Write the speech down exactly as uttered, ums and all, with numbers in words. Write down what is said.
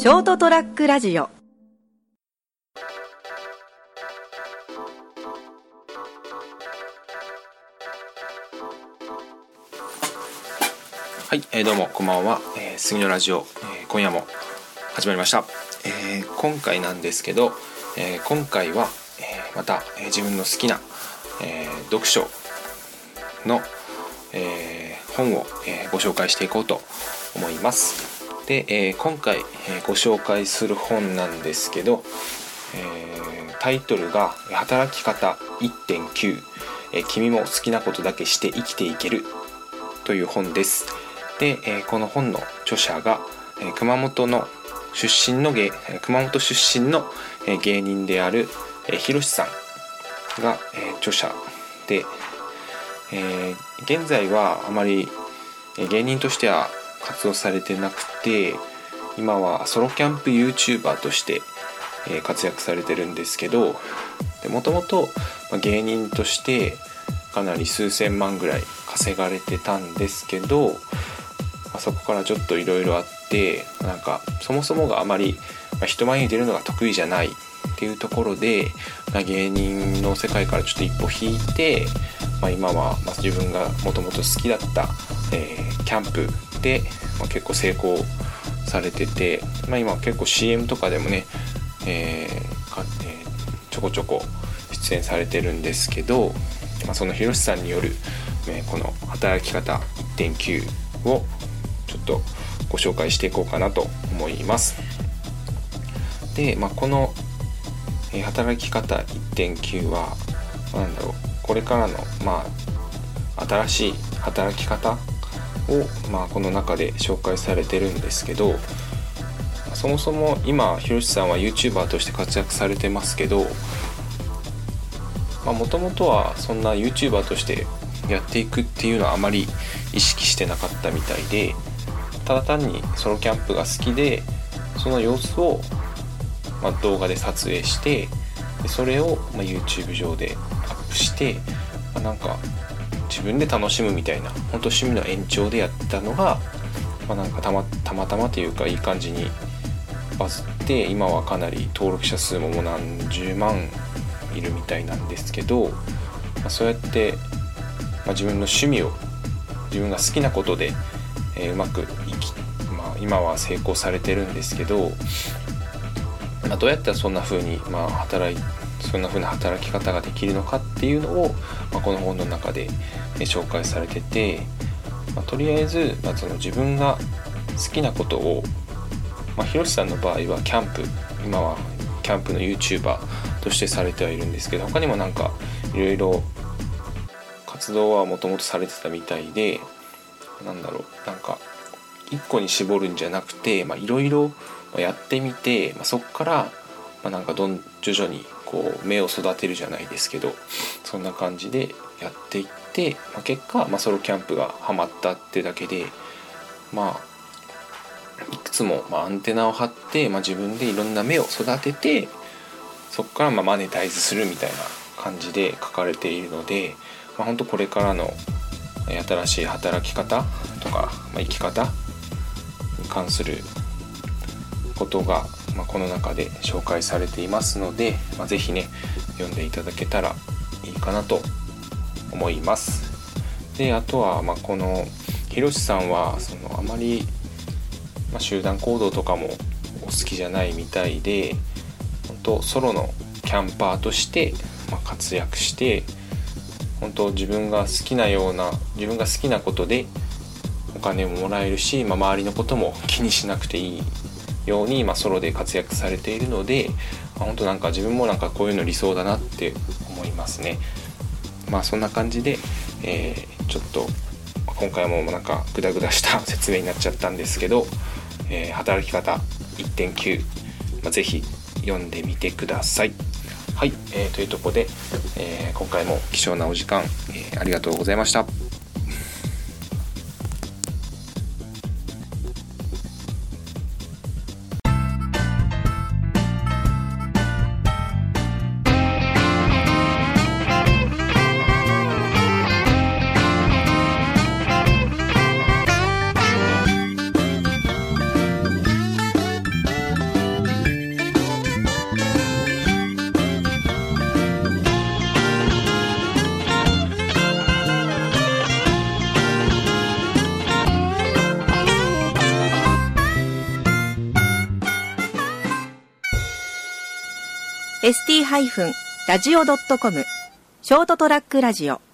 ショートトラックラジオ。 はい、えー、どうもこんばんは、えー、杉のラジオ、えー、今夜も始まりました。えー、今回なんですけど、えー、今回は、えー、また、えー、自分の好きな、えー、読書の、えー、本を、えー、ご紹介していこうと思います。で、えー、今回、えー、ご紹介する本なんですけど、えー、タイトルが働き方 いってんきゅう、えー、君も好きなことだけして生きていけるという本です。で、えー、この本の著者が、えー、熊本の出身の芸熊本出身の、えー、芸人である、えー、ひろしさんが、えー、著者で、えー、現在はあまり、えー、芸人としては活動されてなくて、今はソロキャンプ YouTuber として、えー、活躍されてるんですけど、もともと芸人としてかなり数千万ぐらい稼がれてたんですけど、そこからちょっといろいろあって、なんかそもそもがあまり人前に出るのが得意じゃないっていうところで、芸人の世界からちょっと一歩引いて、まあ、今は自分がもともと好きだった、えー、キャンプで、まあ、結構成功されてて、まあ、今は結構 シーエム とかでもね、えーかえー、ちょこちょこ出演されてるんですけど、まあ、そのひろしさんによる、えー、この働き方 いってんきゅう をちょっとご紹介していこうかなと思います。で、まあ、この、えー、働き方 いってんきゅう はなんだろうこれからの、まあ、新しい働き方を、まあ、この中で紹介されてるんですけど、そもそも今ひろしさんは YouTuber として活躍されてますけど、もともとはそんな YouTuber としてやっていくっていうのはあまり意識してなかったみたいで、ただ単にソロキャンプが好きで、その様子を、まあ、動画で撮影して、でそれを、まあ、YouTube 上でアップして、まあ、なんか自分で楽しむみたいな、本当趣味の延長でやったのが、まあ、なんかたまたまたまというかいい感じにバズって、今はかなり登録者数ももう何十万いるみたいなんですけど、まあ、そうやって、まあ、自分の趣味を自分が好きなことで、えー、うまく生き、まあ、今は成功されてるんですけど、まあ、どうやったらそんな風に、まあ、働いそんな風な働き方ができるのかっていうのを、まあ、この本の中で、えー、紹介されてて、まあ、とりあえず、まあ、その自分が好きなことを、まあ、ひろしさんの場合はキャンプ、今はキャンプの YouTuber としてされてはいるんですけど、他にもなんかいろいろ活動はもともとされてたみたいで、なんだろうなんか一個に絞るんじゃなくて、まあ、いろいろやってみて、まあ、そこから、まあ、なんかどん徐々にこう芽を育てるじゃないですけど、そんな感じでやっていって、まあ、結果、まあ、ソロキャンプがハマったってだけで、まあいくつもまあアンテナを張って、まあ、自分でいろんな芽を育てて、そこからまあマネタイズするみたいな感じで書かれているので、まあ、本当これからの新しい働き方とか、まあ、生き方に関することが、まあ、この中で紹介されていますので、まあ、ぜひね読んでいただけたらいいかなと思います。で、あとはまあこのひろしさんはそのあまり、まあ、集団行動とかもお好きじゃないみたいで、本当ソロのキャンパーとして、まあ、活躍して、本当自分が好きなような自分が好きなことでお金ももらえるし、まあ、周りのことも気にしなくていいように、まあ、ソロで活躍されているので、まあ、本当なんか自分もなんかこういうの理想だなって思いますね。まあそんな感じで、えー、ちょっと今回もなんかグダグダした説明になっちゃったんですけど、えー、働き方 いってんきゅう、まあ、ぜひ読んでみてください。はい、えー、というところで、えー、今回も貴重なお時間、えー、ありがとうございました。 エスティー ラジオ ドットコム ショートトラックラジオ